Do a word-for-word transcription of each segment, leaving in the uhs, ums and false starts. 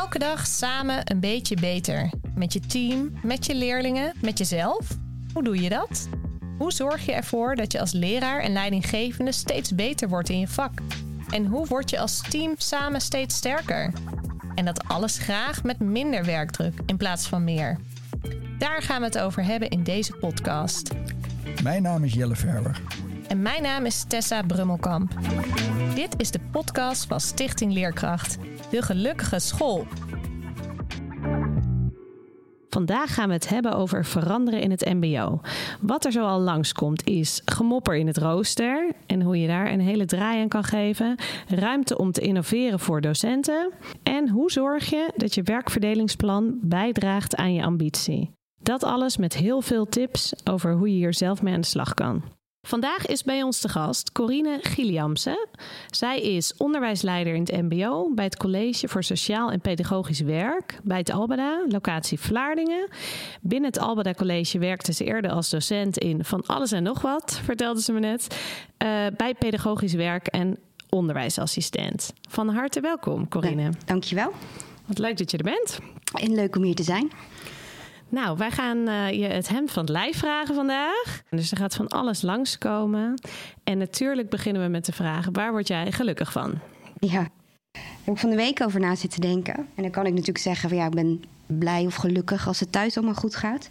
Elke dag samen een beetje beter. Met je team, met je leerlingen, met jezelf. Hoe doe je dat? Hoe zorg je ervoor dat je als leraar en leidinggevende steeds beter wordt in je vak? En hoe word je als team samen steeds sterker? En dat alles graag met minder werkdruk in plaats van meer. Daar gaan we het over hebben in deze podcast. Mijn naam is Jelle Verwer. En mijn naam is Tessa Brummelkamp. Dit is de podcast van Stichting Leerkracht. De gelukkige school. Vandaag gaan we het hebben over veranderen in het mbo. Wat er zoal langskomt is gemopper in het rooster en hoe je daar een hele draai aan kan geven. Ruimte om te innoveren voor docenten. En hoe zorg je dat je werkverdelingsplan bijdraagt aan je ambitie. Dat alles met heel veel tips over hoe je hier zelf mee aan de slag kan. Vandaag is bij ons te gast Corine Gilliamsen. Zij is onderwijsleider in het mbo bij het College voor Sociaal en Pedagogisch Werk bij het Albeda, locatie Vlaardingen. Binnen het Albeda College werkte ze eerder als docent in van alles en nog wat, vertelde ze me net, uh, bij pedagogisch werk en onderwijsassistent. Van harte welkom, Corine. Ja, dankjewel. Wat leuk dat je er bent. En leuk om hier te zijn. Nou, wij gaan uh, je het hemd van het lijf vragen vandaag. Dus er gaat van alles langskomen. En natuurlijk beginnen we met de vraag, waar word jij gelukkig van? Ja, daar heb ik van de week over na zitten denken. En dan kan ik natuurlijk zeggen van ja, ik ben blij of gelukkig als het thuis allemaal goed gaat.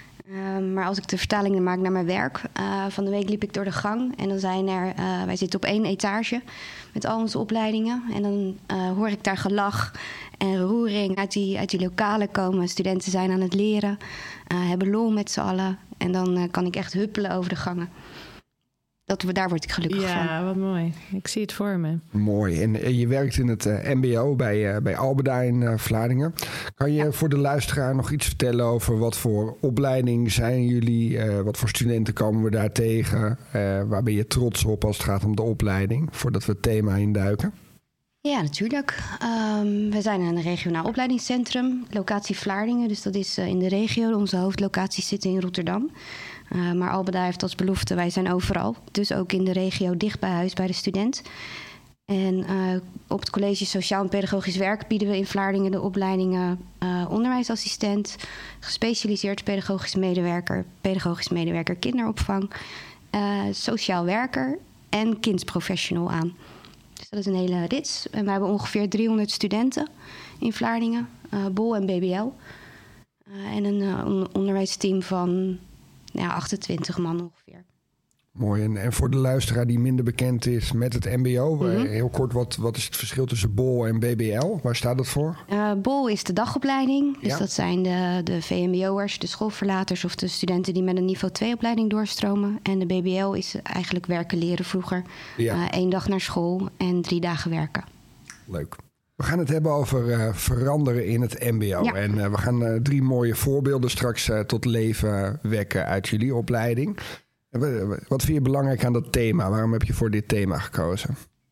Uh, maar als ik de vertalingen maak naar mijn werk. Uh, van de week liep ik door de gang en dan zijn er, uh, wij zitten op één etage met al onze opleidingen. En dan uh, hoor ik daar gelach en roering uit die, uit die lokalen komen. Studenten zijn aan het leren, uh, hebben lol met z'n allen. En dan uh, kan ik echt huppelen over de gangen. Dat, daar word ik gelukkig ja, van. Ja, wat mooi. Ik zie het voor me. Mooi. En uh, je werkt in het uh, mbo bij, uh, bij Albeda in uh, Vlaardingen. Kan je ja. voor de luisteraar nog iets vertellen over wat voor opleiding zijn jullie? Uh, wat voor studenten komen we daar tegen? Uh, waar ben je trots op als het gaat om de opleiding? Voordat we het thema induiken. Ja, natuurlijk. Um, we zijn een regionaal opleidingscentrum, locatie Vlaardingen. Dus dat is uh, in de regio. Onze hoofdlocatie zit in Rotterdam. Uh, maar Albeda heeft als belofte, wij zijn overal. Dus ook in de regio dicht bij huis bij de student. En uh, op het College Sociaal en Pedagogisch Werk bieden we in Vlaardingen de opleidingen uh, onderwijsassistent, gespecialiseerd pedagogisch medewerker, pedagogisch medewerker kinderopvang, uh, sociaal werker en kindprofessional aan. Dus dat is een hele rits. En we hebben ongeveer driehonderd studenten in Vlaardingen, uh, B O L en B B L. Uh, en een uh, on- onderwijsteam van ja, achtentwintig man ongeveer. Mooi. En, en voor de luisteraar die minder bekend is met het mbo, Mm-hmm. heel kort, wat, wat is het verschil tussen B O L en B B L? Waar staat dat voor? Uh, B O L is de dagopleiding. Dus ja. dat zijn de, de V M B O'ers, de schoolverlaters of de studenten die met een niveau twee opleiding doorstromen. En de B B L is eigenlijk werken leren vroeger. Ja. Eén uh, dag naar school en drie dagen werken. Leuk. We gaan het hebben over uh, veranderen in het mbo. Ja. En uh, we gaan uh, drie mooie voorbeelden straks uh, tot leven wekken uit jullie opleiding. Wat vind je belangrijk aan dat thema? Waarom heb je voor dit thema gekozen?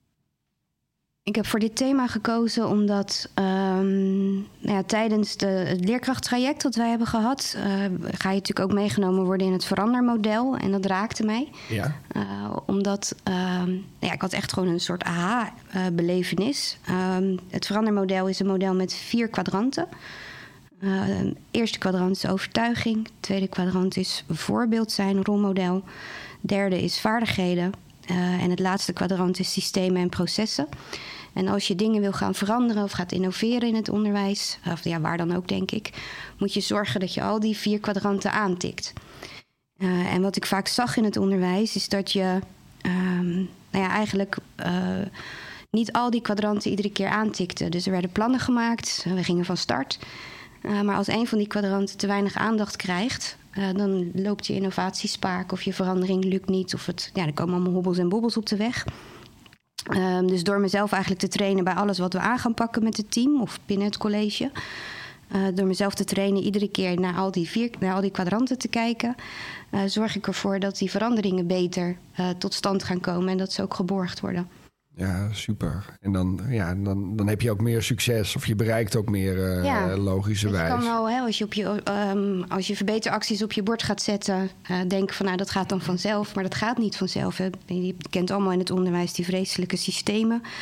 Ik heb voor dit thema gekozen omdat um, nou ja, tijdens de, het leerkrachttraject dat wij hebben gehad, Uh, ga je natuurlijk ook meegenomen worden in het verandermodel. En dat raakte mij. Ja. Uh, omdat uh, ja, ik had echt gewoon een soort aha-belevenis. Uh, het verandermodel is een model met vier kwadranten. Uh, eerste kwadrant is overtuiging. Tweede kwadrant is voorbeeld zijn, rolmodel. Derde is vaardigheden. Uh, en het laatste kwadrant is systemen en processen. En als je dingen wil gaan veranderen of gaat innoveren in het onderwijs, of ja, waar dan ook denk ik, moet je zorgen dat je al die vier kwadranten aantikt. Uh, en wat ik vaak zag in het onderwijs is dat je um, nou ja, eigenlijk uh, niet al die kwadranten iedere keer aantikte. Dus er werden plannen gemaakt, we gingen van start. Uh, maar als een van die kwadranten te weinig aandacht krijgt, Uh, dan loopt je innovatie spaak of je verandering lukt niet. Of het, ja, er komen allemaal hobbels en bobbels op de weg. Uh, dus door mezelf eigenlijk te trainen bij alles wat we aan gaan pakken met het team of binnen het college. Uh, door mezelf te trainen iedere keer naar al die, vier, naar al die kwadranten te kijken, Uh, zorg ik ervoor dat die veranderingen beter uh, tot stand gaan komen en dat ze ook geborgd worden. Ja, super. En dan, ja, dan, dan heb je ook meer succes of je bereikt ook meer uh, ja, logischerwijs. Het kan wel, hè, als je, op je, um, als je verbeteracties op je bord gaat zetten, uh, denk van nou dat gaat dan vanzelf, maar dat gaat niet vanzelf. Hè. Je kent allemaal in het onderwijs die vreselijke systemen.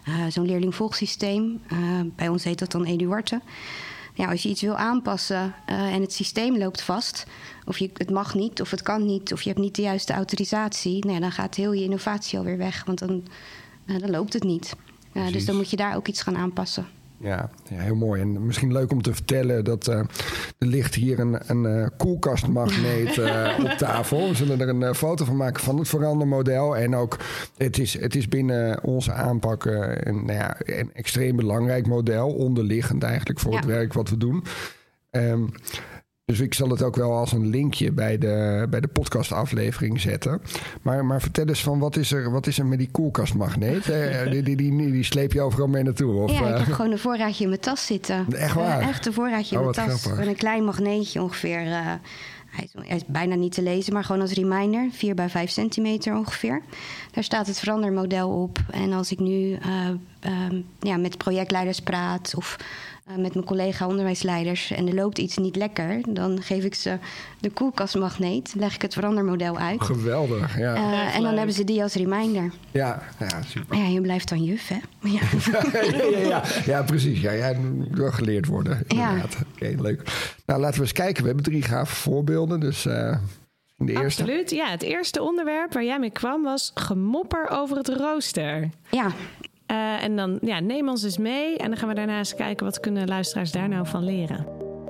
Uh, zo'n leerlingvolgsysteem. Uh, bij ons heet dat dan Eduarte. Ja, als je iets wil aanpassen uh, en het systeem loopt vast, of je, het mag niet, of het kan niet, of je hebt niet de juiste autorisatie, nou ja, dan gaat heel je innovatie alweer weg, want dan, uh, dan loopt het niet. Uh, dus dan moet je daar ook iets gaan aanpassen. Ja, ja, heel mooi. En misschien leuk om te vertellen dat uh, er ligt hier een, een uh, koelkastmagneet uh, op tafel. We zullen er een uh, foto van maken van het verandermodel. En ook, het is, het is binnen onze aanpak uh, een, nou ja, een extreem belangrijk model. Onderliggend eigenlijk voor ja. het werk wat we doen. Um, Dus ik zal het ook wel als een linkje bij de, bij de podcastaflevering zetten. Maar, maar vertel eens van, wat is er, wat is er met die koelkastmagneet? die, die, die, die sleep je overal mee naartoe? Of, ja, ik heb gewoon een voorraadje in mijn tas zitten. Echt waar? Uh, echt een voorraadje in oh, mijn tas. Gewoon een klein magneetje ongeveer. Uh, hij, is, hij is bijna niet te lezen, maar gewoon als reminder. vier bij vijf centimeter ongeveer. Daar staat het verandermodel op. En als ik nu uh, uh, ja, met projectleiders praat of Uh, met mijn collega onderwijsleiders en er loopt iets niet lekker, dan geef ik ze de koelkastmagneet, leg ik het verandermodel uit. Geweldig, ja. Uh, en dan hebben ze die als reminder. Ja, ja, super. Ja, je blijft dan juf, hè? Ja, ja, ja, ja, ja, precies. Ja, ja, moet wel geleerd worden. Inderdaad. Ja. Oké, okay, leuk. Nou, laten we eens kijken. We hebben drie gave voorbeelden, dus uh, de eerste. Absoluut, ja. Het eerste onderwerp waar jij mee kwam was gemopper over het rooster. Ja. Uh, en dan ja, neem ons eens mee en dan gaan we daarna eens kijken wat kunnen luisteraars daar nou van leren.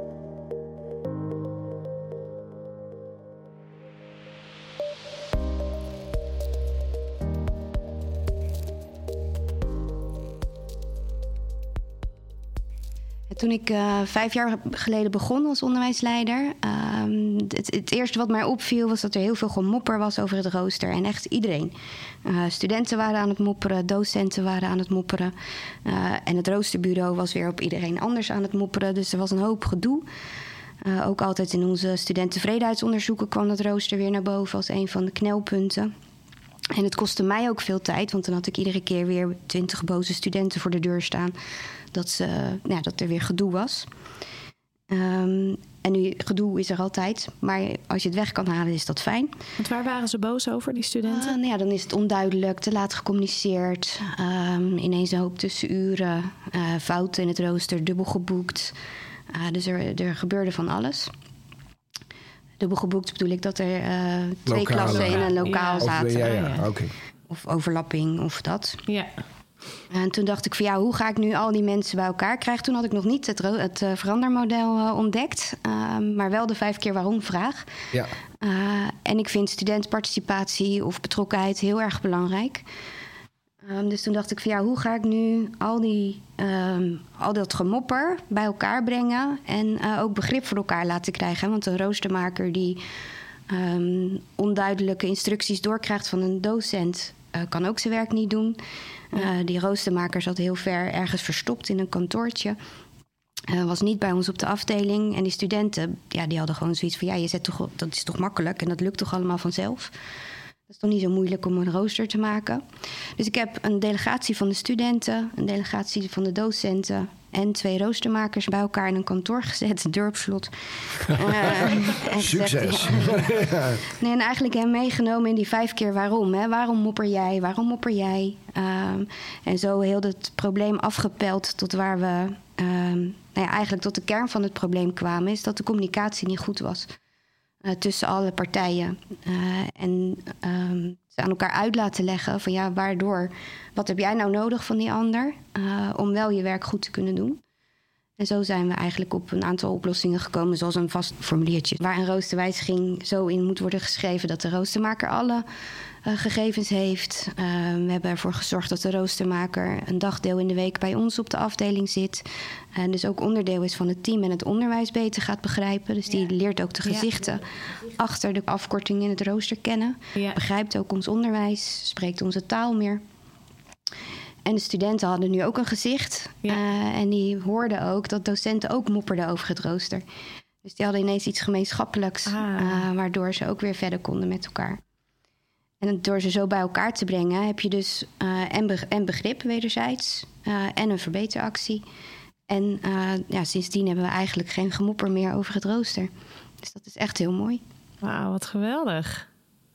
Toen ik uh, vijf jaar geleden begon als onderwijsleider, Um, het, het eerste wat mij opviel was dat er heel veel gemopper was over het rooster. En echt iedereen. Uh, studenten waren aan het mopperen, docenten waren aan het mopperen. Uh, en het roosterbureau was weer op iedereen anders aan het mopperen. Dus er was een hoop gedoe. Uh, ook altijd in onze studenttevredenheidsonderzoeken kwam dat rooster weer naar boven als een van de knelpunten. En het kostte mij ook veel tijd, want dan had ik iedere keer weer twintig boze studenten voor de deur staan. Dat, ze, ja, dat er weer gedoe was. Um, en nu, gedoe is er altijd, maar als je het weg kan halen is dat fijn. Want waar waren ze boos over, die studenten? Uh, nou ja, dan is het onduidelijk, te laat gecommuniceerd. Um, ineens een hoop tussenuren, uh, fouten in het rooster, dubbel geboekt. Uh, dus er, er gebeurde van alles. Dubbel geboekt bedoel ik dat er uh, twee Lokale. klassen in een lokaal Ja. zaten. Of, ja, ja, ja. oké. Of overlapping of dat. Ja. En toen dacht ik van ja, hoe ga ik nu al die mensen bij elkaar krijgen? Toen had ik nog niet het, ro- het uh, verandermodel uh, ontdekt. Uh, maar wel de vijf keer waarom vraag. Ja. Uh, en ik vind studentenparticipatie of betrokkenheid heel erg belangrijk. Um, dus toen dacht ik van ja, hoe ga ik nu al, die, um, al dat gemopper bij elkaar brengen en uh, ook begrip voor elkaar laten krijgen. Want een roostermaker die um, onduidelijke instructies doorkrijgt van een docent uh, kan ook zijn werk niet doen. Uh, die roostermaker zat heel ver ergens verstopt in een kantoortje. Uh, was niet bij ons op de afdeling. En die studenten, ja, die hadden gewoon zoiets van ja, je zet toch, dat is toch makkelijk en dat lukt toch allemaal vanzelf. Dat is toch niet zo moeilijk om een rooster te maken. Dus ik heb een delegatie van de studenten, een delegatie van de docenten en twee roostermakers bij elkaar in een kantoor gezet, deur op slot. Uh, en Succes. Gezegd, ja. Nee, en eigenlijk hem meegenomen in die vijf keer waarom. Hè? Waarom mopper jij? Waarom mopper jij? Um, en zo heel het probleem afgepeld tot waar we um, nou ja, eigenlijk tot de kern van het probleem kwamen, is dat de communicatie niet goed was. Uh, tussen alle partijen. Uh, en um, ze aan elkaar uit laten leggen van ja, waardoor, wat heb jij nou nodig van die ander uh, om wel je werk goed te kunnen doen. En zo zijn we eigenlijk op een aantal oplossingen gekomen, zoals een vast formuliertje waar een roosterwijziging zo in moet worden geschreven dat de roostermaker alle uh, gegevens heeft. Uh, we hebben ervoor gezorgd dat de roostermaker een dagdeel in de week bij ons op de afdeling zit. En dus ook onderdeel is van het team en het onderwijs beter gaat begrijpen. Dus die leert ook de gezichten ja. achter de afkorting in het rooster kennen. Ja. Begrijpt ook ons onderwijs, spreekt onze taal meer. En de studenten hadden nu ook een gezicht. Ja. Uh, en die hoorden ook dat docenten ook mopperden over het rooster. Dus die hadden ineens iets gemeenschappelijks. Ah. Uh, waardoor ze ook weer verder konden met elkaar. En door ze zo bij elkaar te brengen heb je dus uh, en, be- en begrip wederzijds. Uh, en een verbeteractie. En uh, ja, sindsdien hebben we eigenlijk geen gemopper meer over het rooster. Dus dat is echt heel mooi. Wauw, wat geweldig.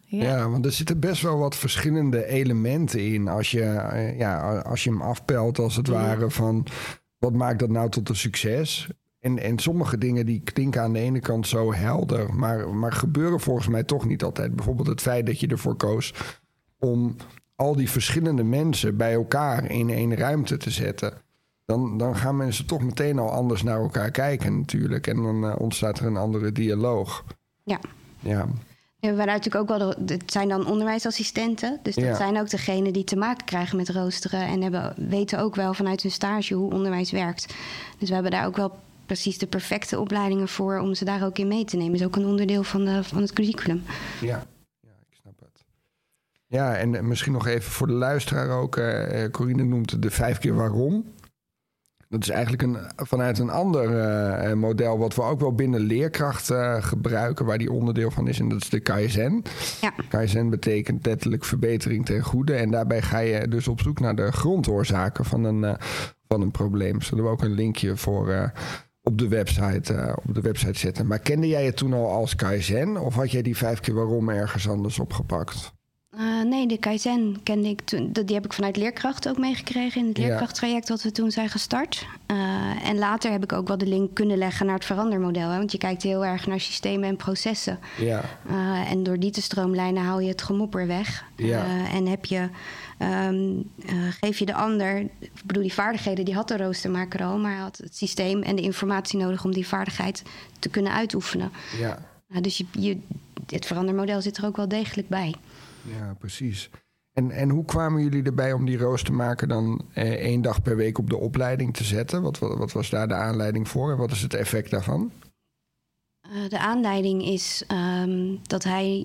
Ja. Ja, want er zitten best wel wat verschillende elementen in. Als je, uh, ja, als je hem afpelt als het Mm. ware van... wat maakt dat nou tot een succes? En, en sommige dingen die klinken aan de ene kant zo helder... Maar, maar gebeuren volgens mij toch niet altijd. Bijvoorbeeld het feit dat je ervoor koos... om al die verschillende mensen bij elkaar in één ruimte te zetten... Dan, dan gaan mensen toch meteen al anders naar elkaar kijken natuurlijk. En dan uh, ontstaat er een andere dialoog. Ja. Ja. Ja, we waren natuurlijk ook wel de, het zijn dan onderwijsassistenten. Dus dat Ja. zijn ook degenen die te maken krijgen met roosteren. En hebben, weten ook wel vanuit hun stage hoe onderwijs werkt. Dus we hebben daar ook wel precies de perfecte opleidingen voor... om ze daar ook in mee te nemen. Dat is ook een onderdeel van, de, van het curriculum. Ja. Ja, ik snap het. Ja, en misschien nog even voor de luisteraar ook. Uh, Corine noemt het de vijf keer waarom. Dat is eigenlijk een, vanuit een ander uh, model... wat we ook wel binnen leerkracht uh, gebruiken... waar die onderdeel van is. En dat is de Kaizen. Ja. Kaizen betekent letterlijk verbetering ten goede. En daarbij ga je dus op zoek naar de grondoorzaken van een, uh, van een probleem. Zullen we ook een linkje voor uh, op, de website, uh, op de website zetten. Maar kende jij het toen al als Kaizen? Of had jij die vijf keer waarom ergens anders opgepakt? Uh, nee, de Kaizen kende ik toen. Die heb ik vanuit leerkracht ook meegekregen in het Ja. leerkrachttraject wat we toen zijn gestart. Uh, en later heb ik ook wel de link kunnen leggen naar het verandermodel. Hè? Want je kijkt heel erg naar systemen en processen. Ja. Uh, en door die te stroomlijnen haal je het gemopper weg. Ja. Uh, en heb je, um, uh, geef je de ander, ik bedoel die vaardigheden, die had de roostermaker al, maar hij had het systeem en de informatie nodig om die vaardigheid te kunnen uitoefenen. Ja. Uh, dus je, je, het verandermodel zit er ook wel degelijk bij. Ja, precies. En, en hoe kwamen jullie erbij om die roostermaker dan eh, één dag per week op de opleiding te zetten? Wat, wat, wat was daar de aanleiding voor en wat is het effect daarvan? Uh, de aanleiding is um, dat hij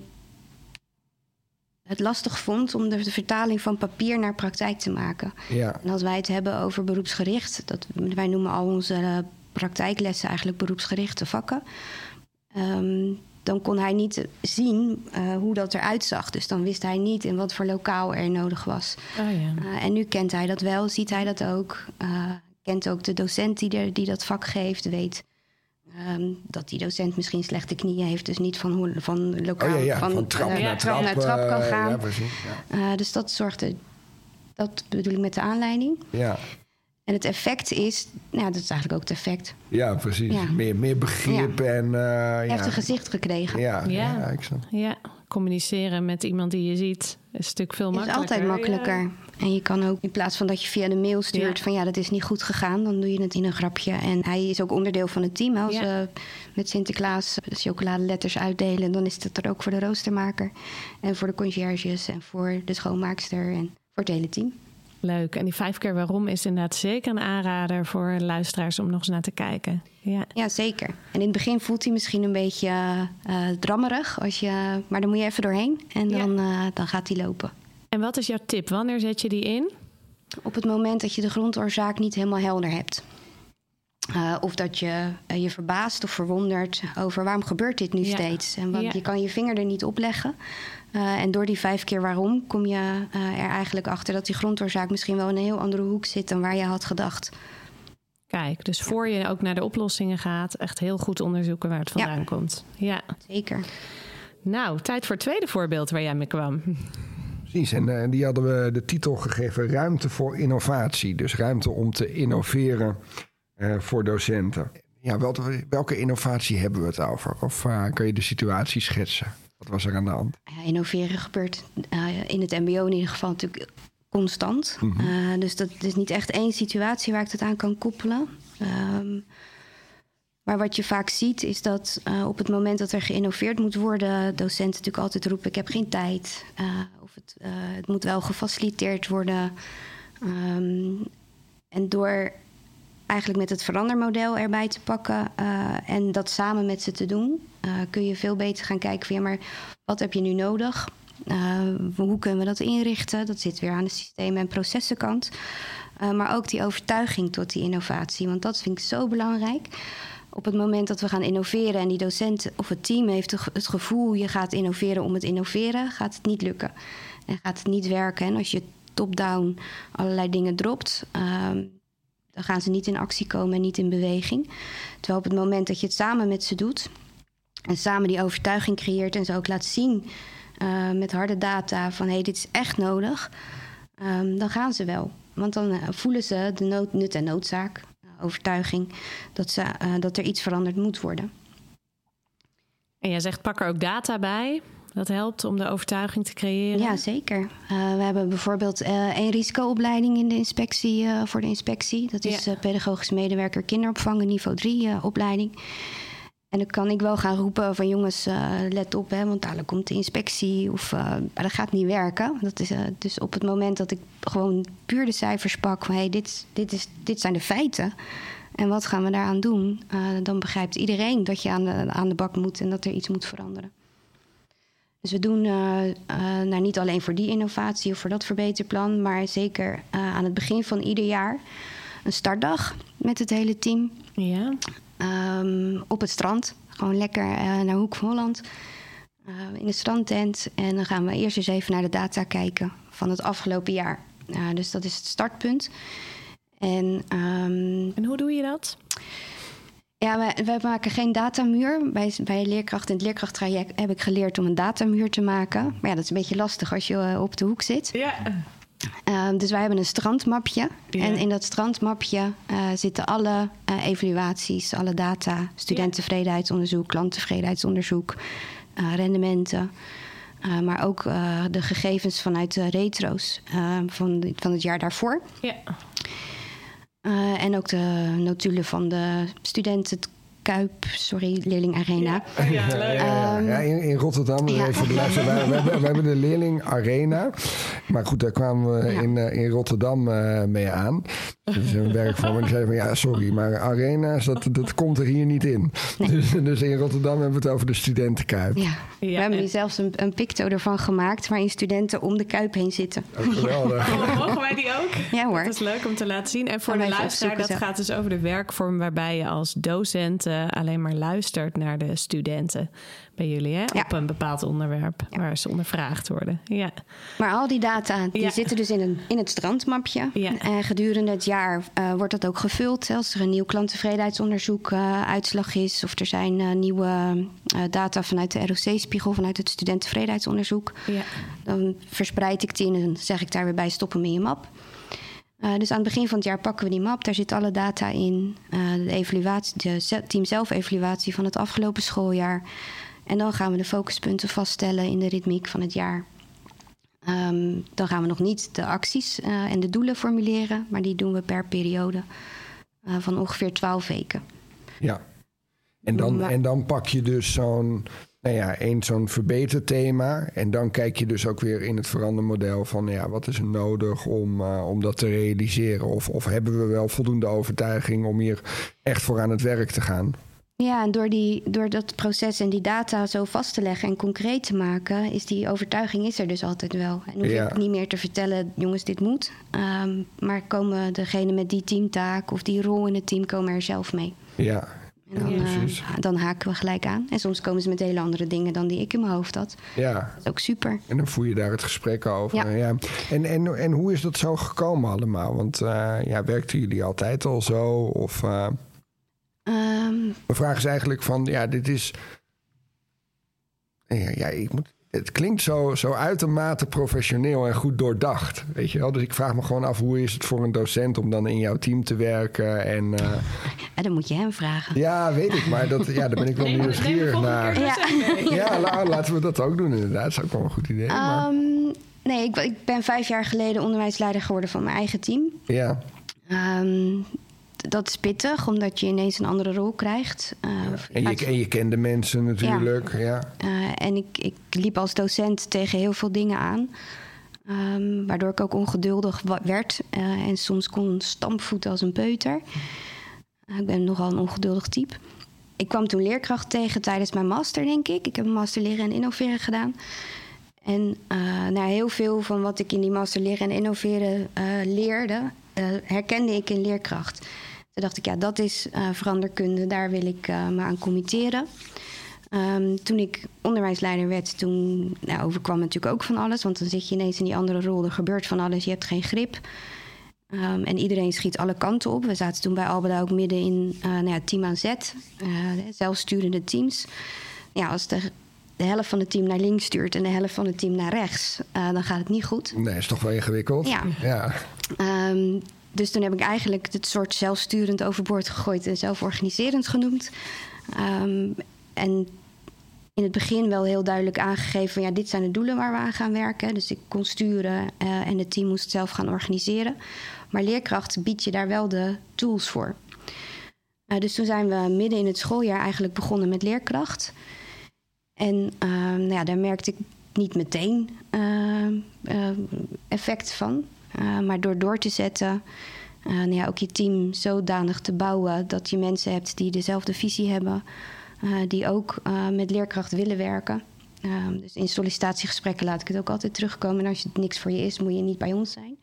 het lastig vond om de, de vertaling van papier naar praktijk te maken. Ja. En als wij het hebben over beroepsgericht, dat, wij noemen al onze uh, praktijklessen eigenlijk beroepsgerichte vakken. Um, dan kon hij niet zien uh, hoe dat eruit zag. Dus dan wist hij niet in wat voor lokaal er nodig was. Oh, ja. Uh, en nu kent hij dat wel, ziet hij dat ook. Uh, kent ook de docent die, er, die dat vak geeft, weet um, dat die docent misschien slechte knieën heeft. Dus niet van, hoe, van lokaal Oh ja, ja. van, van trap, uh, naar, trap trap naar trap kan uh, gaan. Ja, precies. Ja. Uh, dus dat zorgde, dat bedoel ik met de aanleiding. Ja. En het effect is, nou, dat is eigenlijk ook het effect. Ja, precies. Ja. Meer, meer begrip Ja. en... Uh, Hij ja. heeft een gezicht gekregen. Ja, ja. Ja. ja, ik snap. Ja, communiceren met iemand die je ziet is een stuk veel Het is makkelijker. altijd makkelijker. Ja. En je kan ook, in plaats van dat je via de mail stuurt Ja. van ja, dat is niet goed gegaan, dan doe je het in een grapje. En hij is ook onderdeel van het team. Als Ja. we met Sinterklaas chocoladeletters uitdelen, dan is dat er ook voor de roostermaker. En voor de conciërges en voor de schoonmaakster en voor het hele team. Leuk. En die vijf keer waarom is inderdaad zeker een aanrader voor luisteraars om nog eens naar te kijken. Ja. Ja, zeker. En in het begin voelt hij misschien een beetje uh, drammerig, als je, maar dan moet je even doorheen en Ja. dan, uh, dan gaat hij lopen. En wat is jouw tip? Wanneer zet je die in? Op het moment dat je de grondoorzaak niet helemaal helder hebt. Uh, of dat je uh, je verbaast of verwondert over waarom gebeurt dit nu Ja. steeds. En wat, Ja. je kan je vinger er niet op leggen. Uh, en door die vijf keer waarom kom je uh, er eigenlijk achter dat die grondoorzaak misschien wel in een heel andere hoek zit dan waar je had gedacht. Kijk, dus voor je ook naar de oplossingen gaat, echt heel goed onderzoeken waar het vandaan Ja. komt. Ja. Zeker. Nou, tijd voor het tweede voorbeeld waar jij mee kwam. Precies, en uh, die hadden we de titel gegeven Ruimte voor innovatie. Dus ruimte om te innoveren uh, voor docenten. Ja, wel, welke innovatie hebben we het over? Of uh, kun je de situatie schetsen? Wat was er aan de hand? Ja, innoveren gebeurt uh, in het mbo in ieder geval natuurlijk constant. Mm-hmm. Uh, dus dat is niet echt één situatie waar ik het aan kan koppelen. Um, maar wat je vaak ziet is dat uh, op het moment dat er geïnnoveerd moet worden, docenten natuurlijk altijd roepen: ik heb geen tijd. Uh, of het, uh, het moet wel gefaciliteerd worden. Um, en door eigenlijk met het verandermodel erbij te pakken uh, en dat samen met ze te doen, uh, kun je veel beter gaan kijken van ja, maar wat heb je nu nodig? Uh, hoe kunnen we dat inrichten? Dat zit weer aan de systemen- en processenkant. Uh, maar ook die overtuiging tot die innovatie. Want dat vind ik zo belangrijk. Op het moment dat we gaan innoveren en die docent of het team heeft het gevoel je gaat innoveren om het innoveren, gaat het niet lukken. En gaat het niet werken. En als je top-down allerlei dingen dropt, uh, dan gaan ze niet in actie komen en niet in beweging. Terwijl op het moment dat je het samen met ze doet en samen die overtuiging creëert en ze ook laat zien uh, met harde data van hé, hey, dit is echt nodig, um, dan gaan ze wel. Want dan uh, voelen ze de nood, nut en noodzaak, uh, overtuiging, dat, ze, uh, dat er iets veranderd moet worden. En jij zegt pak er ook data bij. Dat helpt om de overtuiging te creëren? Ja, zeker. Uh, we hebben bijvoorbeeld uh, een risicoopleiding in de inspectie, uh, voor de inspectie. Dat is ja. uh, pedagogisch medewerker kinderopvang, een niveau drie uh, opleiding. En dan kan ik wel gaan roepen van jongens, uh, let op, hè, want dadelijk komt de inspectie. Of uh, maar dat gaat niet werken. Dat is, uh, dus op het moment dat ik gewoon puur de cijfers pak van hey, dit, dit, is, dit zijn de feiten. En wat gaan we daaraan doen? Uh, dan begrijpt iedereen dat je aan de, aan de bak moet en dat er iets moet veranderen. Dus we doen uh, uh, nou, niet alleen voor die innovatie of voor dat verbeterplan, maar zeker uh, aan het begin van ieder jaar een startdag met het hele team. Ja. Um, op het strand. Gewoon lekker uh, naar Hoek van Holland. Uh, in de strandtent. En dan gaan we eerst eens even naar de data kijken van het afgelopen jaar. Uh, dus dat is het startpunt. En, um, en hoe doe je dat? Ja, wij, wij maken geen datamuur. Bij, bij leerkracht in het leerkrachttraject heb ik geleerd om een datamuur te maken. Maar ja, dat is een beetje lastig als je uh, op de hoek zit. Ja. Uh, dus wij hebben een strandmapje. Ja. En in dat strandmapje uh, zitten alle uh, evaluaties, alle data, studententevredenheidsonderzoek, klanttevredenheidsonderzoek, uh, rendementen. Uh, maar ook uh, de gegevens vanuit de retro's uh, van, de, van het jaar daarvoor. Ja. Uh, en ook de notulen van de studenten. Kuip, sorry, Leerling Arena. Ja, ja, ja, ja. Um, ja in, in Rotterdam, ja. Even beluisteren, wij, wij, wij hebben de Leerling Arena. Maar goed, daar kwamen we ja. in, uh, in Rotterdam uh, mee aan. Dat is een werk van me. Die zeiden van, ja, sorry, maar Arena's, dat, dat komt er hier niet in. Nee. Dus, dus in Rotterdam hebben we het over de studentenkuip. Ja, ja. We hebben hier zelfs een, een picto ervan gemaakt, waarin studenten om de Kuip heen zitten. Oh, geweldig. Oh, mogen wij die ook? Ja hoor. Dat is leuk om te laten zien. En voor de luisteraar, dat gaat dus over de werkvorm waarbij je als docent uh, alleen maar luistert naar de studenten bij jullie, hè? Ja. Op een bepaald onderwerp ja. waar ze ondervraagd worden. Ja. Maar al die data die ja. zitten dus in, een, in het strandmapje. Ja. En gedurende het jaar uh, wordt dat ook gevuld. Als er een nieuw klanttevredenheidsonderzoek uh, uitslag is, of er zijn uh, nieuwe uh, data vanuit de R O C-spiegel, vanuit het studententevredenheidsonderzoek, ja. dan verspreid ik die en dan zeg ik daar weer bij stop hem in je map. Uh, dus aan het begin van het jaar pakken we die map. Daar zit alle data in. Uh, de evaluatie, de team zelf-evaluatie van het afgelopen schooljaar. En dan gaan we de focuspunten vaststellen in de ritmiek van het jaar. Um, dan gaan we nog niet de acties uh, en de doelen formuleren, maar die doen we per periode uh, van ongeveer twaalf weken. Ja, en dan, maar, en dan pak je dus zo'n, nou ja, één zo'n verbeterthema. En dan kijk je dus ook weer in het verandermodel van, ja, wat is er nodig om, uh, om dat te realiseren? Of, of hebben we wel voldoende overtuiging om hier echt voor aan het werk te gaan? Ja, en door, die, door dat proces en die data zo vast te leggen en concreet te maken, is die overtuiging is er dus altijd wel. En hoef ja. ik niet meer te vertellen, jongens, dit moet. Um, maar komen degene met die teamtaak of die rol in het team komen er zelf mee. Ja, en dan, ja, uh, dan haken we gelijk aan. En soms komen ze met hele andere dingen dan die ik in mijn hoofd had. Ja. Dat is ook super. En dan voer je daar het gesprek over. Ja. Ja. En, en, en hoe is dat zo gekomen allemaal? Want uh, ja, werkten jullie altijd al zo? Of... Uh... Um, Mijn vraag is eigenlijk van, ja, dit is... Ja, ja ik moet... Het klinkt zo, zo uitermate professioneel en goed doordacht, weet je wel? Dus ik vraag me gewoon af, hoe is het voor een docent om dan in jouw team te werken? En, uh... ja, dan moet je hem vragen. Ja, weet ik, maar dat, ja, daar ben ik wel nee, nieuwsgierig nee, naar. Ja, ja la, laten we dat ook doen inderdaad. Dat is ook wel een goed idee. Um, maar... Nee, ik, ik ben vijf jaar geleden onderwijsleider geworden van mijn eigen team. Ja. Um, Dat is pittig, omdat je ineens een andere rol krijgt. Uh, ja. en, je, en je kende mensen natuurlijk. Ja. Ja. Uh, en ik, ik liep als docent tegen heel veel dingen aan. Um, waardoor ik ook ongeduldig werd. Uh, en soms kon stampvoeten als een peuter. Uh, ik ben nogal een ongeduldig type. Ik kwam toen leerkracht tegen tijdens mijn master, denk ik. Ik heb een master leren en innoveren gedaan. En uh, nou, heel veel van wat ik in die master leren en innoveren uh, leerde, uh, herkende ik in leerkracht. Toen dacht ik, ja, dat is uh, veranderkunde. Daar wil ik uh, me aan committeren. Um, toen ik onderwijsleider werd, toen nou, overkwam natuurlijk ook van alles. Want dan zit je ineens in die andere rol. Er gebeurt van alles, je hebt geen grip. Um, en iedereen schiet alle kanten op. We zaten toen bij Albeda ook midden in uh, nou ja, team aan zet. Uh, zelfsturende teams. Ja, als de de helft van het team naar links stuurt en de helft van het team naar rechts, uh, dan gaat het niet goed. Nee, is toch wel ingewikkeld. Ja. ja. Um, dus toen heb ik eigenlijk het soort zelfsturend overboord gegooid en zelforganiserend genoemd. Um, en in het begin wel heel duidelijk aangegeven van ja, dit zijn de doelen waar we aan gaan werken. Dus ik kon sturen uh, en het team moest zelf gaan organiseren. Maar leerkracht biedt je daar wel de tools voor. Uh, dus toen zijn we midden in het schooljaar eigenlijk begonnen met leerkracht. En uh, nou ja, daar merkte ik niet meteen uh, uh, effect van. Uh, maar door door te zetten, uh, nou ja, ook je team zodanig te bouwen dat je mensen hebt die dezelfde visie hebben, uh, die ook uh, met leerkracht willen werken. Uh, dus in sollicitatiegesprekken laat ik het ook altijd terugkomen. En als het niks voor je is, moet je niet bij ons zijn.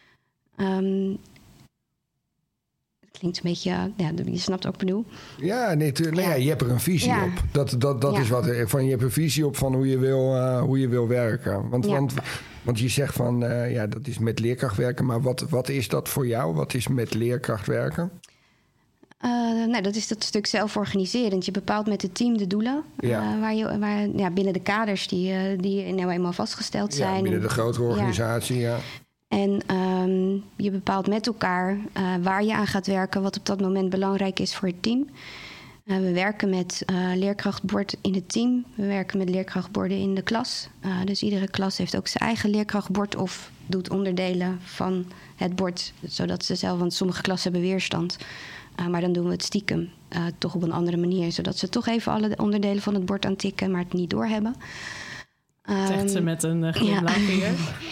Um, Klinkt een beetje, ja, je snapt ook wat ik bedoel. Ja, nee, tu- nee ja. Ja, je hebt er een visie ja. op. Dat, dat, dat ja. is wat. Van, je hebt een visie op van hoe je wil, uh, hoe je wil werken. Want, Ja. want, want je zegt van, uh, ja, dat is met leerkracht werken. Maar wat, wat is dat voor jou? Wat is met leerkracht werken? Uh, nou, dat is dat stuk zelforganiserend. Je bepaalt met het team de doelen. Ja. Uh, waar je, waar, ja, binnen de kaders die, uh, die nou eenmaal vastgesteld zijn. Ja, binnen de grotere organisatie, ja. ja. En um, je bepaalt met elkaar uh, waar je aan gaat werken, wat op dat moment belangrijk is voor het team. Uh, we werken met uh, leerkrachtbord in het team. We werken met leerkrachtborden in de klas. Uh, dus iedere klas heeft ook zijn eigen leerkrachtbord of doet onderdelen van het bord, zodat ze zelf, want sommige klassen hebben weerstand. Uh, maar dan doen we het stiekem, uh, toch op een andere manier, zodat ze toch even alle onderdelen van het bord aantikken, maar het niet doorhebben. Zegt ze met een uh, glimlach hier.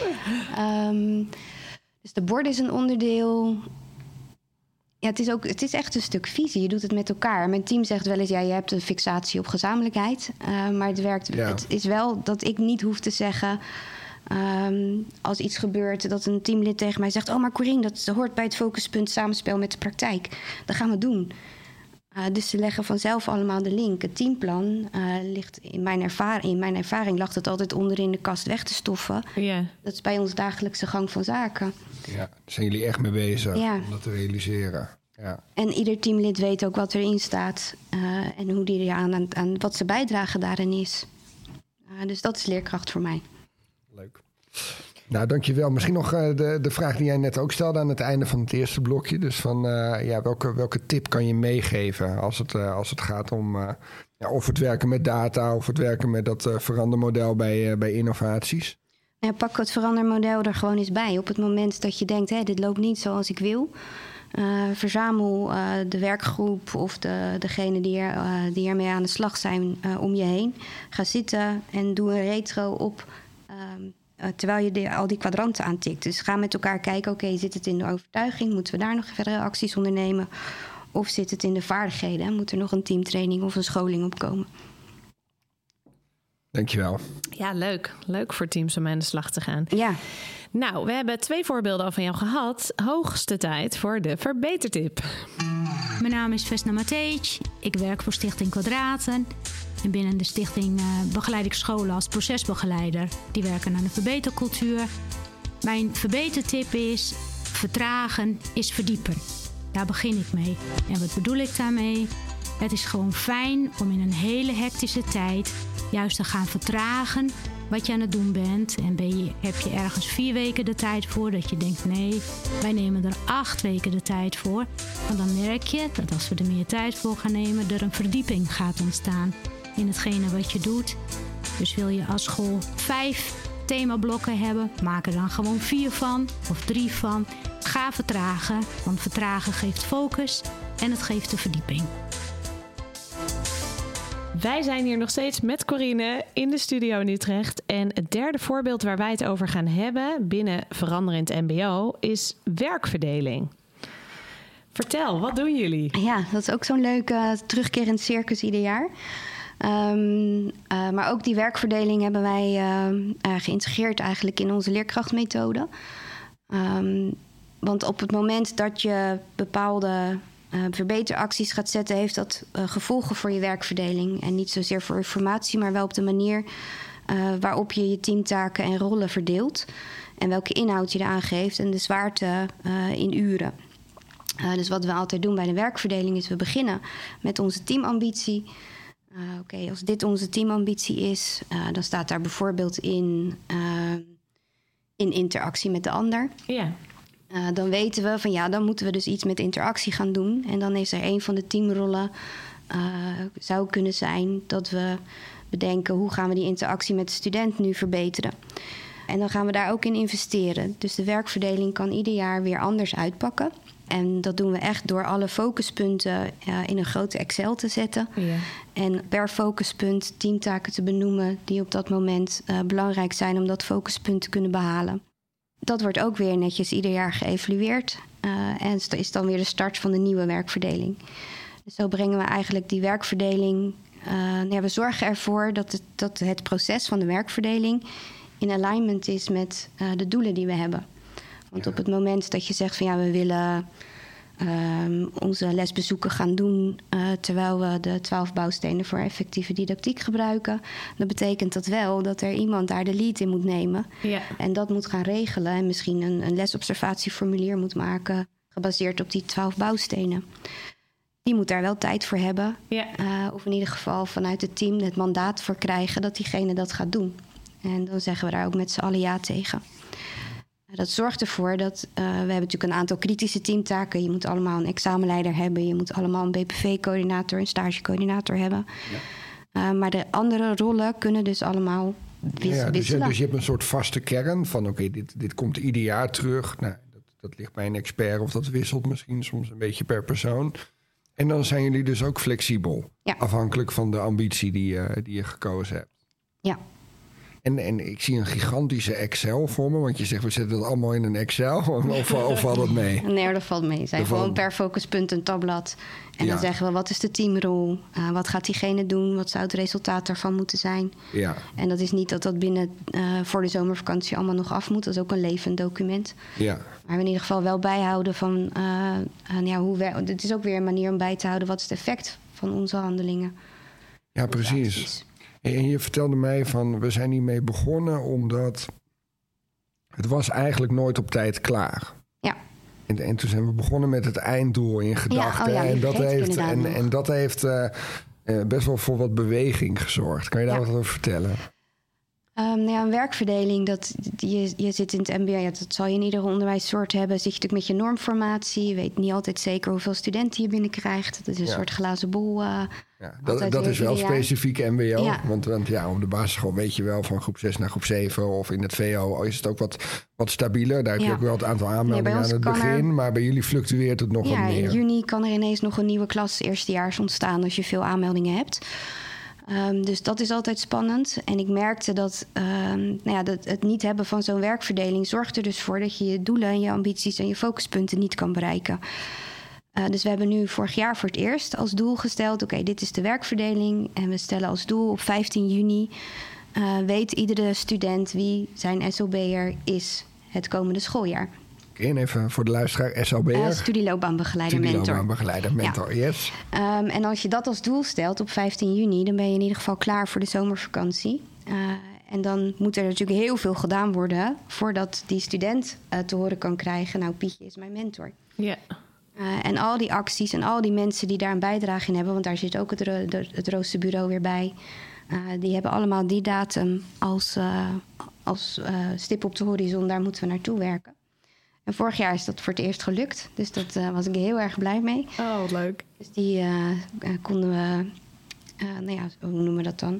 um, dus de bord is een onderdeel. Ja, het is, ook, het is echt een stuk visie. Je doet het met elkaar. Mijn team zegt wel eens, ja, je hebt een fixatie op gezamenlijkheid. Uh, maar het werkt. Ja. Het is wel dat ik niet hoef te zeggen, Um, als iets gebeurt, dat een teamlid tegen mij zegt, oh, maar Corine, dat hoort bij het focuspunt samenspel met de praktijk. Dat gaan we doen. Uh, dus ze leggen vanzelf allemaal de link. Het teamplan uh, ligt in mijn ervaring, in mijn ervaring lag het altijd onder in de kast weg te stoffen. Yeah. Dat is bij ons dagelijkse gang van zaken. Ja, daar zijn jullie echt mee bezig ja. om dat te realiseren. Ja. En ieder teamlid weet ook wat erin staat uh, en hoe die er aan, aan, aan wat zijn bijdrage daarin is. Uh, dus dat is leerkracht voor mij. Leuk. Nou, dankjewel. Misschien nog uh, de, de vraag die jij net ook stelde aan het einde van het eerste blokje. Dus van uh, ja, welke, welke tip kan je meegeven als het, uh, als het gaat om uh, ja, of het werken met data of het werken met dat uh, verandermodel bij, uh, bij innovaties? Ja, pak het verandermodel er gewoon eens bij. Op het moment dat je denkt, hé, dit loopt niet zoals ik wil. Uh, verzamel uh, de werkgroep of de, degene die, er, uh, die ermee aan de slag zijn uh, om je heen. Ga zitten en doe een retro op uh, uh, terwijl je de, al die kwadranten aantikt. Dus ga met elkaar kijken, oké, okay, zit het in de overtuiging? Moeten we daar nog verdere acties ondernemen? Of zit het in de vaardigheden? Moet er nog een teamtraining of een scholing op komen? Dankjewel. Ja, leuk. Leuk voor teams om aan de slag te gaan. Ja. Nou, we hebben twee voorbeelden al van jou gehad. Hoogste tijd voor de verbetertip. Mijn naam is Vesna Matej. Ik werk voor Stichting Kwadraten. En binnen de stichting uh, begeleid ik scholen als procesbegeleider. Die werken aan de verbetercultuur. Mijn verbetertip is, vertragen is verdiepen. Daar begin ik mee. En wat bedoel ik daarmee? Het is gewoon fijn om in een hele hectische tijd juist te gaan vertragen wat je aan het doen bent. En ben je, heb je ergens vier weken de tijd voor dat je denkt, nee, wij nemen er acht weken de tijd voor. Want dan merk je dat als we er meer tijd voor gaan nemen, er een verdieping gaat ontstaan in hetgene wat je doet. Dus wil je als school vijf themablokken hebben, maak er dan gewoon vier van of drie van. Ga vertragen, want vertragen geeft focus en het geeft de verdieping. Wij zijn hier nog steeds met Corine in de studio in Utrecht. En het derde voorbeeld waar wij het over gaan hebben binnen Veranderend M B O is werkverdeling. Vertel, wat doen jullie? Ja, dat is ook zo'n leuk uh, terugkerend circus ieder jaar. Um, uh, maar ook die werkverdeling hebben wij uh, uh, geïntegreerd eigenlijk in onze leerkrachtmethode. Um, want op het moment dat je bepaalde Uh, verbeteracties gaat zetten, heeft dat uh, gevolgen voor je werkverdeling. En niet zozeer voor je formatie, maar wel op de manier uh, waarop je je teamtaken en rollen verdeelt. En welke inhoud je eraan geeft en de zwaarte uh, in uren. Uh, dus wat we altijd doen bij de werkverdeling is, we beginnen met onze teamambitie. Uh, Oké, okay, als dit onze teamambitie is, uh, dan staat daar bijvoorbeeld in, uh, in interactie met de ander. Ja. Uh, dan weten we van ja, dan moeten we dus iets met interactie gaan doen. En dan is er een van de teamrollen, uh, zou kunnen zijn dat we bedenken hoe gaan we die interactie met de student nu verbeteren. En dan gaan we daar ook in investeren. Dus de werkverdeling kan ieder jaar weer anders uitpakken. En dat doen we echt door alle focuspunten uh, in een grote Excel te zetten. Ja. En per focuspunt teamtaken te benoemen die op dat moment uh, belangrijk zijn om dat focuspunt te kunnen behalen. Dat wordt ook weer netjes ieder jaar geëvalueerd. Uh, en is dan weer de start van de nieuwe werkverdeling. Dus zo brengen we eigenlijk die werkverdeling. Uh, nou ja, we zorgen ervoor dat het, dat het proces van de werkverdeling in alignment is met uh, de doelen die we hebben. Want ja. op het moment dat je zegt van ja, we willen uh, onze lesbezoeken gaan doen uh, terwijl we de twaalf bouwstenen voor effectieve didactiek gebruiken, dan betekent dat wel dat er iemand daar de lead in moet nemen. Ja. En dat moet gaan regelen en misschien een, een lesobservatieformulier moet maken gebaseerd op die twaalf bouwstenen. Die moet daar wel tijd voor hebben. Ja. Uh, of in ieder geval vanuit het team het mandaat voor krijgen dat diegene dat gaat doen. En dan zeggen we daar ook met z'n allen ja tegen. Dat zorgt ervoor dat... Uh, we hebben natuurlijk een aantal kritische teamtaken. Je moet allemaal een examenleider hebben. Je moet allemaal een B P V-coördinator, een stagecoördinator hebben. Ja. Uh, maar de andere rollen kunnen dus allemaal wis- ja, dus, wisselen. Dus je hebt een soort vaste kern van... oké, okay, dit, dit komt ieder jaar terug. Nou, dat, dat ligt bij een expert of dat wisselt misschien soms een beetje per persoon. En dan zijn jullie dus ook flexibel. Ja. Afhankelijk van de ambitie die, uh, die je gekozen hebt. Ja. En, en ik zie een gigantische Excel voor me. Want je zegt, we zetten het allemaal in een Excel. Of, of valt het mee? Nee, dat valt mee. Het zijn gewoon per focuspunt een tabblad. En ja. dan zeggen we, wat is de teamrol? Uh, wat gaat diegene doen? Wat zou het resultaat daarvan moeten zijn? Ja. En dat is niet dat dat binnen uh, voor de zomervakantie allemaal nog af moet. Dat is ook een levend document. Ja. Maar we in ieder geval wel bijhouden van... Uh, uh, ja, hoe we, het is ook weer een manier om bij te houden... wat is het effect van onze handelingen. Ja, precies. En je vertelde mij van, we zijn hiermee begonnen omdat het was eigenlijk nooit op tijd klaar. Ja. En, en toen zijn we begonnen met het einddoel in gedachten. Ja, oh ja, en, dat heeft, en, en dat heeft uh, uh, best wel voor wat beweging gezorgd. Kan je daar ja. wat over vertellen? Um, nou ja, een werkverdeling, dat, je, je zit in het M B A, ja, dat zal je in iedere onderwijssoort hebben. Zit je natuurlijk met je normformatie. Je weet niet altijd zeker hoeveel studenten je binnenkrijgt. Dat is een ja. soort glazen bol. Uh, ja, dat dat is wel specifiek M B O. Ja. Want, want ja, op de basisschool weet je wel van groep zes naar groep zeven. Of in het V O is het ook wat, wat stabieler. Daar heb ja. je ook wel het aantal aanmeldingen nee, aan het begin. Er, maar bij jullie fluctueert het nog ja, wat meer. In juni kan er ineens nog een nieuwe klas eerstejaars ontstaan als je veel aanmeldingen hebt. Um, dus dat is altijd spannend. En ik merkte dat, um, nou ja, dat het niet hebben van zo'n werkverdeling zorgt er dus voor dat je je doelen en je ambities en je focuspunten niet kan bereiken. Uh, dus we hebben nu vorig jaar voor het eerst als doel gesteld, oké, okay, dit is de werkverdeling. En we stellen als doel op vijftien juni uh, weet iedere student wie zijn S O B'er is het komende schooljaar. En even voor de luisteraar, S O B'er. Uh, studieloopbaanbegeleider, mentor. Studieloopbaanbegeleider, mentor, ja. yes. Um, en als je dat als doel stelt op vijftien juni... dan ben je in ieder geval klaar voor de zomervakantie. Uh, en dan moet er natuurlijk heel veel gedaan worden... voordat die student uh, te horen kan krijgen... nou, Pietje is mijn mentor. Ja. Uh, en al die acties en al die mensen die daar een bijdrage in hebben... want daar zit ook het, ro- het roosterbureau weer bij... Uh, die hebben allemaal die datum als, uh, als uh, stip op de horizon. Daar moeten we naartoe werken. En vorig jaar is dat voor het eerst gelukt. Dus daar uh, was ik heel erg blij mee. Oh, wat leuk. Dus die uh, uh, konden we... Uh, nou ja, hoe noemen we dat dan?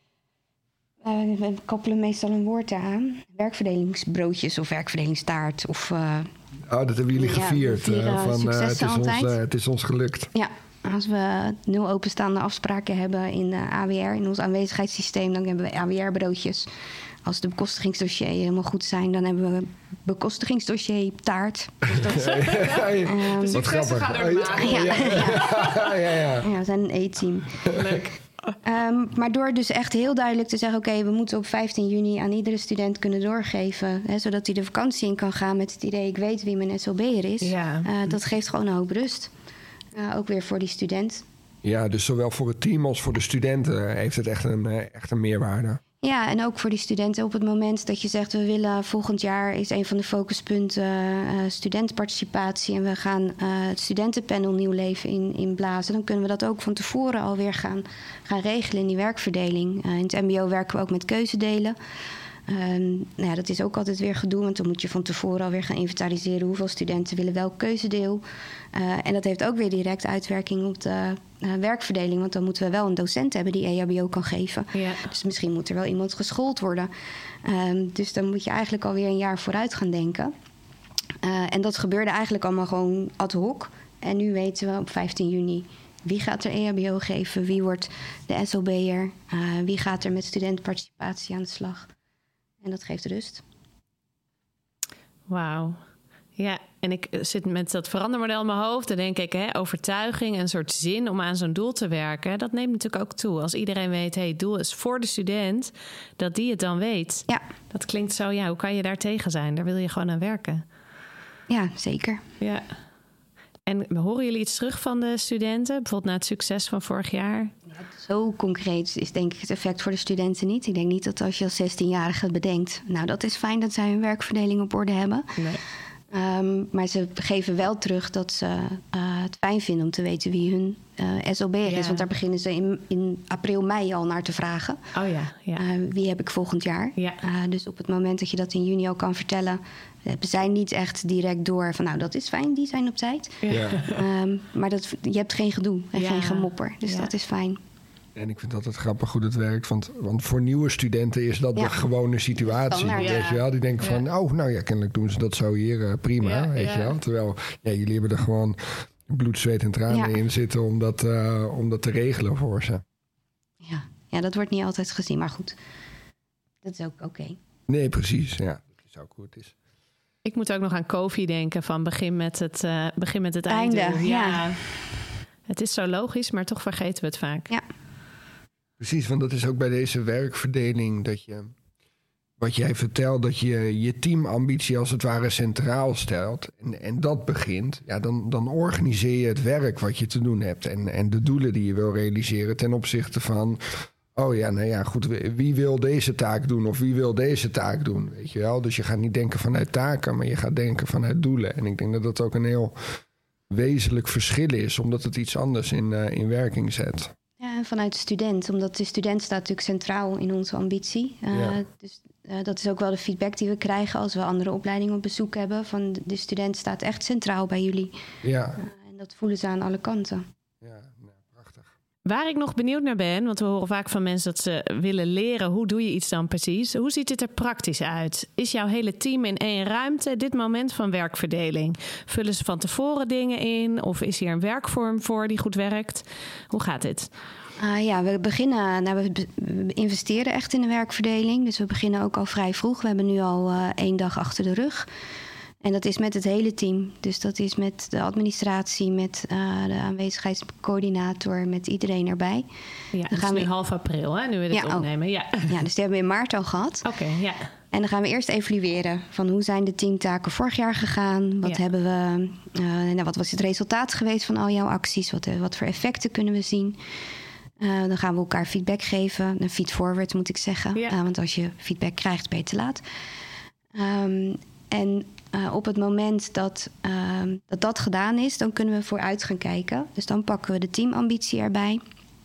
Uh, we koppelen meestal een woord aan. Werkverdelingsbroodjes of werkverdelingstaart. Of, uh, oh, dat hebben jullie gevierd. Ja, uh, van, uh, het, is ons, uh, het is ons gelukt. Ja, als we nul openstaande afspraken hebben in uh, A W R... in ons aanwezigheidssysteem, dan hebben we A W R-broodjes... Als de bekostigingsdossier helemaal goed zijn... dan hebben we een bekostigingsdossier taart. Dus dat is, ja, ja, ja. Um, de wat grappig. Gaan er maken. Ja, ja, ja. ja, ja, ja. ja, we zijn een E-team. Leuk. Um, maar door dus echt heel duidelijk te zeggen... oké, okay, we moeten op vijftien juni aan iedere student kunnen doorgeven... Hè, zodat hij de vakantie in kan gaan met het idee... ik weet wie mijn S O B'er is. Ja. Uh, dat geeft gewoon een hoop rust. Uh, ook weer voor die student. Ja, dus zowel voor het team als voor de studenten heeft het echt een, echt een meerwaarde. Ja, en ook voor die studenten op het moment dat je zegt... we willen volgend jaar is een van de focuspunten uh, studentenparticipatie... en we gaan uh, het studentenpanel nieuw leven in, inblazen... dan kunnen we dat ook van tevoren alweer gaan, gaan regelen in die werkverdeling. Uh, in het mbo werken we ook met keuzedelen... Uh, nou ja, dat is ook altijd weer gedoe, want dan moet je van tevoren alweer gaan inventariseren hoeveel studenten willen welk keuzedeel. Uh, en dat heeft ook weer direct uitwerking op de uh, werkverdeling, want dan moeten we wel een docent hebben die E H B O kan geven. Ja. Dus misschien moet er wel iemand geschoold worden. Uh, dus dan moet je eigenlijk alweer een jaar vooruit gaan denken. Uh, en dat gebeurde eigenlijk allemaal gewoon ad hoc. En nu weten we op vijftien juni... wie gaat er E H B O geven, wie wordt de S O B'er, uh, wie gaat er met studentenparticipatie aan de slag. En dat geeft rust. Wauw. Ja, en ik zit met dat verandermodel in mijn hoofd. Dan denk ik, hè, overtuiging en een soort zin om aan zo'n doel te werken. Dat neemt natuurlijk ook toe. Als iedereen weet, hey, het doel is voor de student, dat die het dan weet. Ja. Dat klinkt zo, ja, hoe kan je daar tegen zijn? Daar wil je gewoon aan werken. Ja, zeker. Ja. En horen jullie iets terug van de studenten? Bijvoorbeeld na het succes van vorig jaar? Ja, zo concreet is denk ik het effect voor de studenten niet. Ik denk niet dat als je als zestienjarige bedenkt... nou, dat is fijn dat zij hun werkverdeling op orde hebben. Nee. Um, maar ze geven wel terug dat ze uh, het fijn vinden om te weten wie hun uh, S O B'er ja. is. Want daar beginnen ze in, in april, mei al naar te vragen. Oh ja, ja. Uh, wie heb ik volgend jaar? Ja. Uh, dus op het moment dat je dat in juni al kan vertellen... hebben zij niet echt direct door van nou, dat is fijn, die zijn op tijd. Ja. Um, maar dat, je hebt geen gedoe en ja. geen gemopper. Dus ja. dat is fijn. En ik vind dat het grappig hoe het werkt. Want, want voor nieuwe studenten is dat ja. de gewone situatie. Ja. Weet je wel? Die denken ja. van, oh, nou ja, kennelijk doen ze dat zo hier uh, prima. Ja, weet ja. je wel? Terwijl ja, jullie hebben er gewoon bloed, zweet en tranen ja. in zitten om dat, uh, om dat te regelen voor ze. Ja. ja, dat wordt niet altijd gezien. Maar goed, dat is ook oké. Okay. Nee, precies. Ja, dat is ook hoe het is. Ik moet ook nog aan Kofi denken van begin met het, uh, begin met het einde. einde. Ja. ja, het is zo logisch, maar toch vergeten we het vaak. Ja. Precies, want dat is ook bij deze werkverdeling dat je, wat jij vertelt, dat je je teamambitie als het ware centraal stelt. En, en dat begint, ja, dan, dan organiseer je het werk wat je te doen hebt. En, en de doelen die je wil realiseren ten opzichte van... oh ja, nou ja, goed, wie wil deze taak doen of wie wil deze taak doen, weet je wel? Dus je gaat niet denken vanuit taken, maar je gaat denken vanuit doelen. En ik denk dat dat ook een heel wezenlijk verschil is, omdat het iets anders in, uh, in werking zet. Ja, en vanuit de student, omdat de student staat natuurlijk centraal in onze ambitie. Uh, ja. Dus uh, dat is ook wel de feedback die we krijgen als we andere opleidingen op bezoek hebben. Van de student staat echt centraal bij jullie. Ja. Uh, en dat voelen ze aan alle kanten. Ja, nou, prachtig. Waar ik nog benieuwd naar ben, want we horen vaak van mensen dat ze willen leren. Hoe doe je iets dan precies? Hoe ziet het er praktisch uit? Is jouw hele team in één ruimte dit moment van werkverdeling? Vullen ze van tevoren dingen in? Of is hier een werkvorm voor die goed werkt? Hoe gaat dit? Uh, ja, we beginnen, nou, we, be- we investeren echt in de werkverdeling. Dus we beginnen ook al vrij vroeg. We hebben nu al uh, één dag achter de rug. En dat is met het hele team. Dus dat is met de administratie, met uh, de aanwezigheidscoördinator, met iedereen erbij. Ja, dan gaan we in half april, hè, nu we dit ja, opnemen. Oh. Ja. ja, dus die hebben we in maart al gehad. Oké, okay, ja. En dan gaan we eerst evalueren van hoe zijn de teamtaken vorig jaar gegaan. Wat, ja. hebben we, uh, nou, wat was het resultaat geweest van al jouw acties? Wat, wat voor effecten kunnen we zien? Uh, dan gaan we elkaar feedback geven. Een feedforward moet ik zeggen. Ja. Uh, want als je feedback krijgt, ben je te laat. Um, en uh, op het moment dat, uh, dat dat gedaan is, dan kunnen we vooruit gaan kijken. Dus dan pakken we de teamambitie erbij.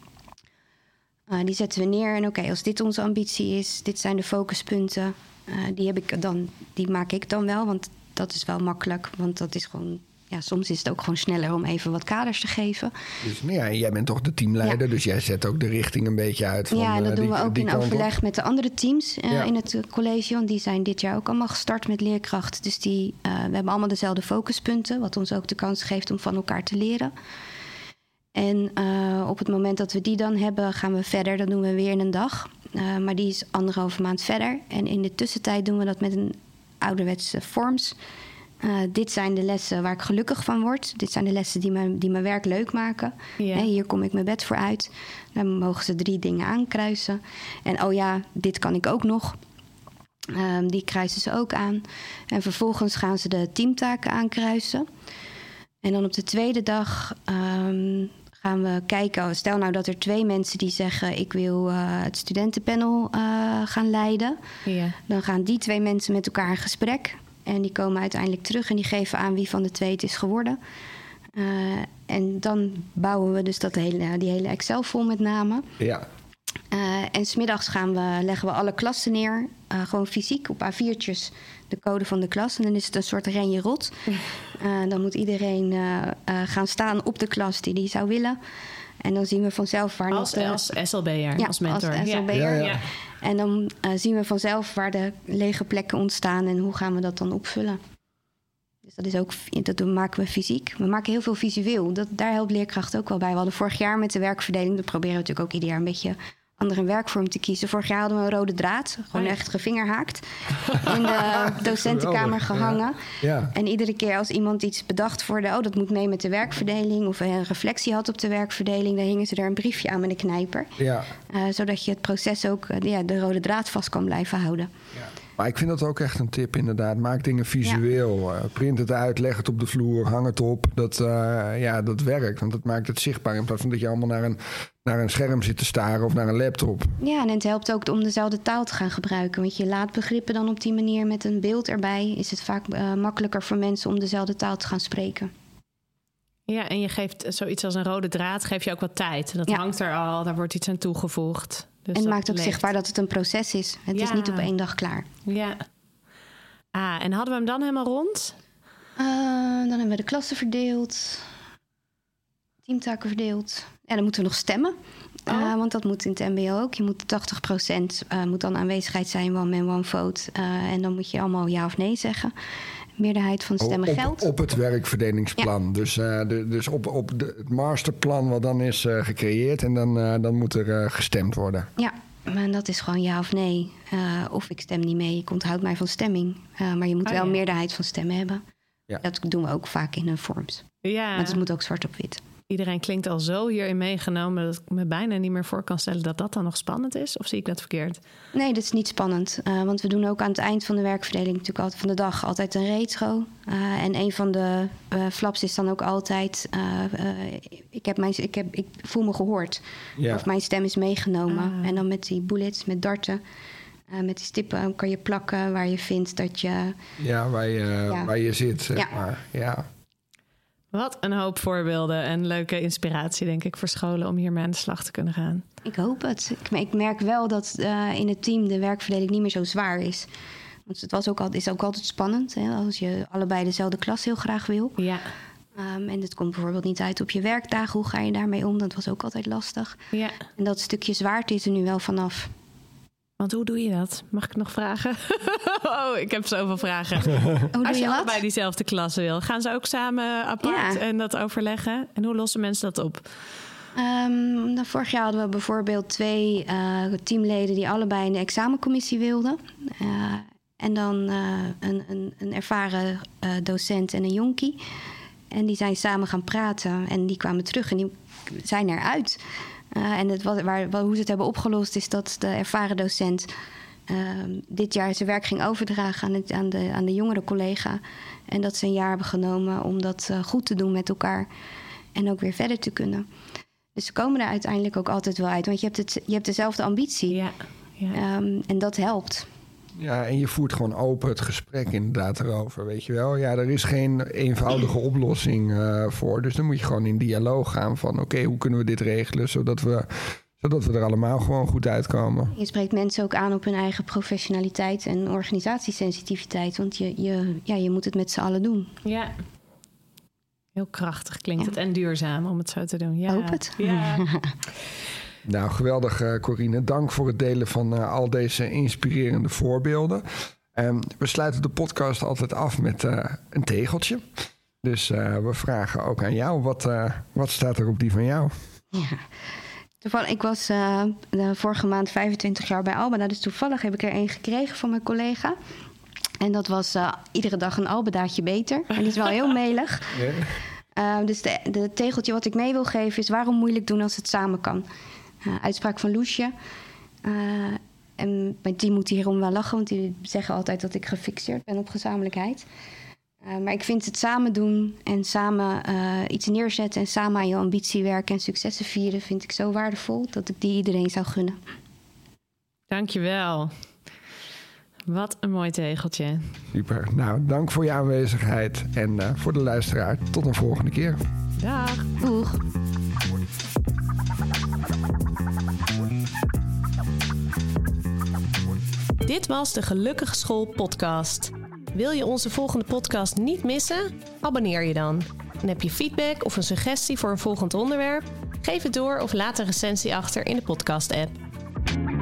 Uh, die zetten we neer. En oké, okay, als dit onze ambitie is, dit zijn de focuspunten. Uh, die, heb ik dan, die maak ik dan wel, want dat is wel makkelijk. Want dat is gewoon... Ja, soms is het ook gewoon sneller om even wat kaders te geven. Dus nou ja, jij bent toch de teamleider, ja. Dus jij zet ook de richting een beetje uit. Van, ja, en dat doen die, we ook in overleg op. Met de andere teams uh, ja. in het college. Want die zijn dit jaar ook allemaal gestart met leerkracht. Dus die, uh, we hebben allemaal dezelfde focuspunten. Wat ons ook de kans geeft om van elkaar te leren. En uh, op het moment dat we die dan hebben, gaan we verder. Dat doen we weer in een dag. Uh, maar die is anderhalve maand verder. En in de tussentijd doen we dat met een ouderwetse forms. Uh, dit zijn de lessen waar ik gelukkig van word. Dit zijn de lessen die mijn, die mijn werk leuk maken. Ja. Hey, hier kom ik mijn bed voor uit. Dan mogen ze drie dingen aankruisen. En oh ja, dit kan ik ook nog. Um, die kruisen ze ook aan. En vervolgens gaan ze de teamtaken aankruisen. En dan op de tweede dag um, gaan we kijken, stel nou dat er twee mensen die zeggen... ik wil uh, het studentenpanel uh, gaan leiden. Ja. Dan gaan die twee mensen met elkaar in gesprek. En die komen uiteindelijk terug en die geven aan wie van de twee het is geworden. Uh, en dan bouwen we dus dat hele, die hele Excel vol met namen. Ja. Uh, en 's middags gaan we, leggen we alle klassen neer. Uh, gewoon fysiek op A viertjes de code van de klas. En dan is het een soort renje rot. Uh, dan moet iedereen uh, uh, gaan staan op de klas die die zou willen. En dan zien we vanzelf waar... Als, nog de, als S L B'er, ja, als mentor. als S L B'er. Ja, ja. Ja. En dan uh, zien we vanzelf waar de lege plekken ontstaan... en hoe gaan we dat dan opvullen. Dus dat, is ook, dat maken we fysiek. We maken heel veel visueel. Dat, daar helpt leerkracht ook wel bij. We hadden vorig jaar met de werkverdeling... dat proberen we natuurlijk ook ieder jaar een beetje... andere werkvorm te kiezen. Vorig jaar hadden we een rode draad. Gewoon oh ja. echt gevingerhaakt. In de docentenkamer gehangen. Ja. Ja. En iedere keer als iemand iets bedacht voor de... oh, dat moet mee met de werkverdeling... of een reflectie had op de werkverdeling... dan hingen ze er een briefje aan met een knijper. Ja. Uh, zodat je het proces ook... Uh, ja, de rode draad vast kan blijven houden. Ja. Maar ik vind dat ook echt een tip, inderdaad. Maak dingen visueel. Ja. Uh, print het uit, leg het op de vloer, hang het op. Dat, uh, ja, dat werkt, want dat maakt het zichtbaar... in plaats van dat je allemaal naar een, naar een scherm zit te staren of naar een laptop. Ja, en het helpt ook om dezelfde taal te gaan gebruiken. Want je laat begrippen dan op die manier met een beeld erbij... is het vaak uh, makkelijker voor mensen om dezelfde taal te gaan spreken. Ja, en je geeft zoiets als een rode draad, geef je ook wat tijd. Dat ja. hangt er al, daar wordt iets aan toegevoegd. Dus en het maakt ook leeft. zichtbaar dat het een proces is. Het ja. is niet op één dag klaar. Ja. Ah, en hadden we hem dan helemaal rond? Uh, dan hebben we de klassen verdeeld. Teamtaken verdeeld. En dan moeten we nog stemmen. Oh. Uh, want dat moet in het mbo ook. Je moet tachtig procent uh, moet dan aanwezigheid zijn, one man, one vote. Uh, en dan moet je allemaal ja of nee zeggen. Meerderheid van de stemmen op, geldt. Op het werkverdelingsplan. Ja. Dus, uh, de, dus op, op de, het masterplan wat dan is uh, gecreëerd. En dan, uh, dan moet er uh, gestemd worden. Ja, en dat is gewoon ja of nee. Uh, of ik stem niet mee, ik onthoud mij van stemming. Uh, maar je moet oh, wel ja. meerderheid van stemmen hebben. Ja. Dat doen we ook vaak in een forms. Ja. Maar het moet ook zwart op wit. Iedereen klinkt al zo hierin meegenomen... dat ik me bijna niet meer voor kan stellen dat dat dan nog spannend is. Of zie ik dat verkeerd? Nee, dat is niet spannend. Uh, want we doen ook aan het eind van de werkverdeling... natuurlijk altijd van de dag altijd een retro. Uh, en een van de uh, flaps is dan ook altijd... Uh, uh, ik, heb mijn, ik, heb, ik voel me gehoord. Ja. Of mijn stem is meegenomen. Ah. En dan met die bullets, met darten... Uh, met die stippen kan je plakken waar je vindt dat je... Ja, waar je, ja. Waar je zit, zeg ja. maar. Ja. Wat een hoop voorbeelden en leuke inspiratie, denk ik, voor scholen... om hiermee aan de slag te kunnen gaan. Ik hoop het. Ik, ik merk wel dat uh, in het team de werkverdeling niet meer zo zwaar is. Want het was ook al, is ook altijd spannend, hè, als je allebei dezelfde klas heel graag wil. Ja. Um, en het komt bijvoorbeeld niet uit op je werkdagen. Hoe ga je daarmee om? Dat was ook altijd lastig. Ja. En dat stukje zwaarte is er nu wel vanaf. Want hoe doe je dat? Mag ik nog vragen? Oh, ik heb zoveel vragen. Hoe Als je, je allebei diezelfde klasse wil, gaan ze ook samen apart ja. en dat overleggen? En hoe lossen mensen dat op? Um, nou, vorig jaar hadden we bijvoorbeeld twee uh, teamleden... die allebei in de examencommissie wilden. Uh, en dan uh, een, een, een ervaren uh, docent en een jonkie. En die zijn samen gaan praten en die kwamen terug en die zijn eruit... Uh, en het, wat, waar, hoe ze het hebben opgelost is dat de ervaren docent... Uh, dit jaar zijn werk ging overdragen aan, het, aan, de, aan de jongere collega. En dat ze een jaar hebben genomen om dat uh, goed te doen met elkaar. En ook weer verder te kunnen. Dus ze komen er uiteindelijk ook altijd wel uit. Want je hebt, het, je hebt dezelfde ambitie. Ja, ja. Um, en dat helpt. Ja, en je voert gewoon open het gesprek inderdaad erover, weet je wel. Ja, er is geen eenvoudige oplossing uh, voor. Dus dan moet je gewoon in dialoog gaan van... oké, okay, hoe kunnen we dit regelen, zodat we, zodat we er allemaal gewoon goed uitkomen. Je spreekt mensen ook aan op hun eigen professionaliteit en organisatiesensitiviteit. Want je, je, ja, je moet het met z'n allen doen. Ja, heel krachtig klinkt ja. het en duurzaam om het zo te doen. Ja. Hoop het. Ja. Nou, geweldig, uh, Corine. Dank voor het delen van uh, al deze inspirerende voorbeelden. Um, we sluiten de podcast altijd af met uh, een tegeltje. Dus uh, we vragen ook aan jou, wat, uh, wat staat er op die van jou? Ja, toevallig, ik was uh, de vorige maand vijfentwintig jaar bij Albeda. Dus toevallig heb ik er één gekregen van mijn collega. En dat was uh, iedere dag een Albedaatje beter. En die is wel heel melig. Yeah. Uh, dus de, de tegeltje wat ik mee wil geven is... waarom moeilijk doen als het samen kan? Uh, uitspraak van Loesje. Uh, en met die moet hierom wel lachen, want die zeggen altijd dat ik gefixeerd ben op gezamenlijkheid. Uh, maar ik vind het samen doen en samen uh, iets neerzetten... en samen aan je ambitie werken en successen vieren... vind ik zo waardevol dat ik die iedereen zou gunnen. Dankjewel. Wat een mooi tegeltje. Super. Nou, dank voor je aanwezigheid. En uh, voor de luisteraar, tot een volgende keer. Dag. Doeg. Dit was de Gelukkige School podcast. Wil je onze volgende podcast niet missen? Abonneer je dan. En heb je feedback of een suggestie voor een volgend onderwerp? Geef het door of laat een recensie achter in de podcast-app.